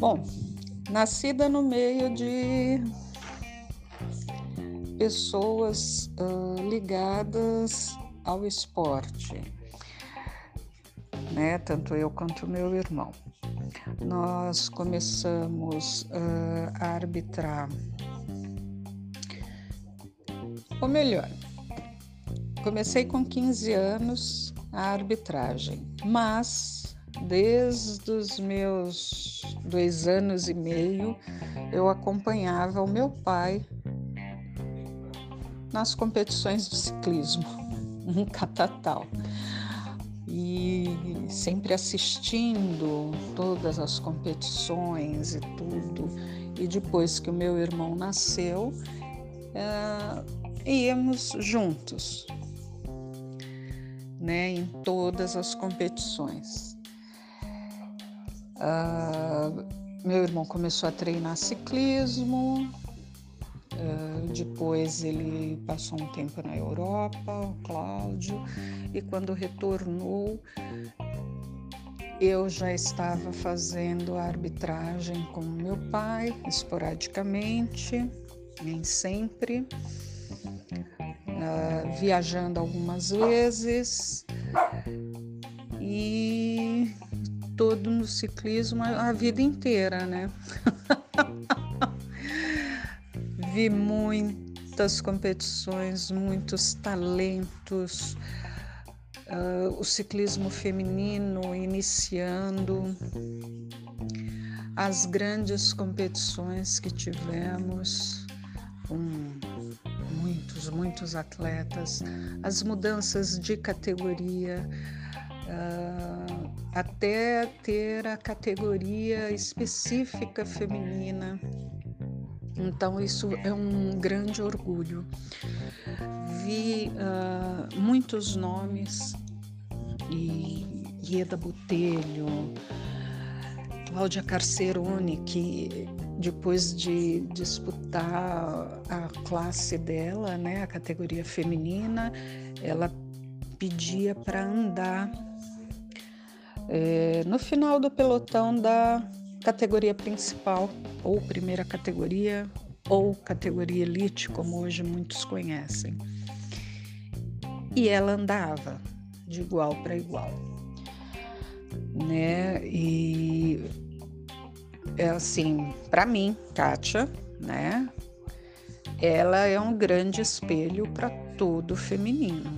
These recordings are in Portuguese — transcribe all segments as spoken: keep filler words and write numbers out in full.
Bom, nascida no meio de pessoas uh, ligadas ao esporte, né? Tanto eu quanto meu irmão. Nós começamos uh, a arbitrar, ou melhor, comecei com quinze anos a arbitragem, mas desde os meus dois anos e meio eu acompanhava o meu pai nas competições de ciclismo, um catatal, e sempre assistindo todas as competições e tudo. E depois que o meu irmão nasceu, é, íamos juntos, né, em todas as competições. Uh, meu irmão começou a treinar ciclismo, uh, depois ele passou um tempo na Europa, o Cláudio, e quando retornou, eu já estava fazendo a arbitragem com meu pai, esporadicamente, nem sempre, uh, viajando algumas vezes, e todo no ciclismo a vida inteira, né? Vi muitas competições, muitos talentos, uh, o ciclismo feminino iniciando, as grandes competições que tivemos, com muitos, muitos atletas, as mudanças de categoria, Uh, até ter a categoria específica feminina. Então isso é um grande orgulho. Vi uh, muitos nomes, e Ieda Botelho, Cláudia Carcerone, que depois de disputar a classe dela, né, a categoria feminina, ela pedia para andar É, no final do pelotão da categoria principal, ou primeira categoria, ou categoria elite, como hoje muitos conhecem. E ela andava de igual para igual, né? E é assim, para mim, Kátia, né? Ela é um grande espelho para todo feminino.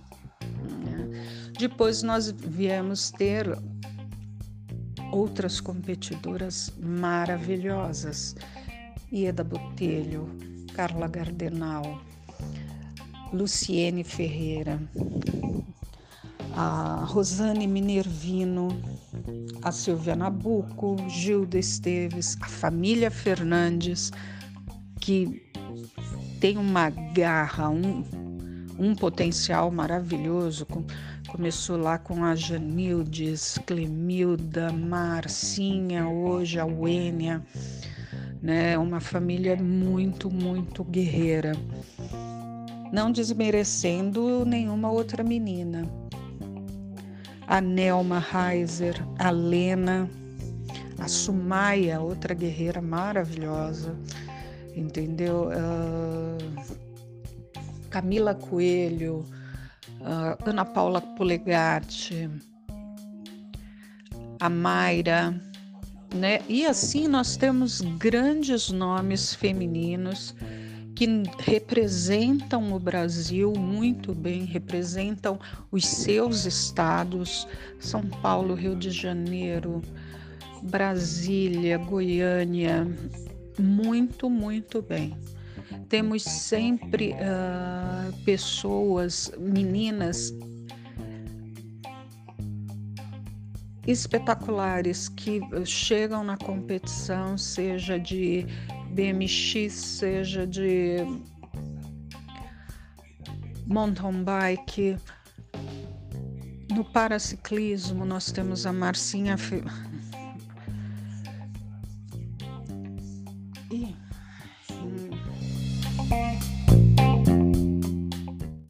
Depois nós viemos ter outras competidoras maravilhosas, Ieda Botelho, Carla Gardenal, Luciene Ferreira, a Rosane Minervino, a Silvia Nabuco, Gilda Esteves, a família Fernandes, que tem uma garra, um, um potencial maravilhoso. Com, Começou lá com a Janildes, Clemilda, Marcinha, hoje a Wênia, né? Uma família muito, muito guerreira. Não desmerecendo nenhuma outra menina. A Nelma Reiser, a Lena, a Sumaia, outra guerreira maravilhosa, entendeu? Uh, Camila Coelho, Uh, Ana Paula Polegatti, a Mayra, né? E assim nós temos grandes nomes femininos que representam o Brasil muito bem, representam os seus estados, São Paulo, Rio de Janeiro, Brasília, Goiânia, muito, muito bem. Temos sempre uh, pessoas, meninas espetaculares que chegam na competição, seja de B M X, seja de mountain bike. No paraciclismo nós temos a Marcinha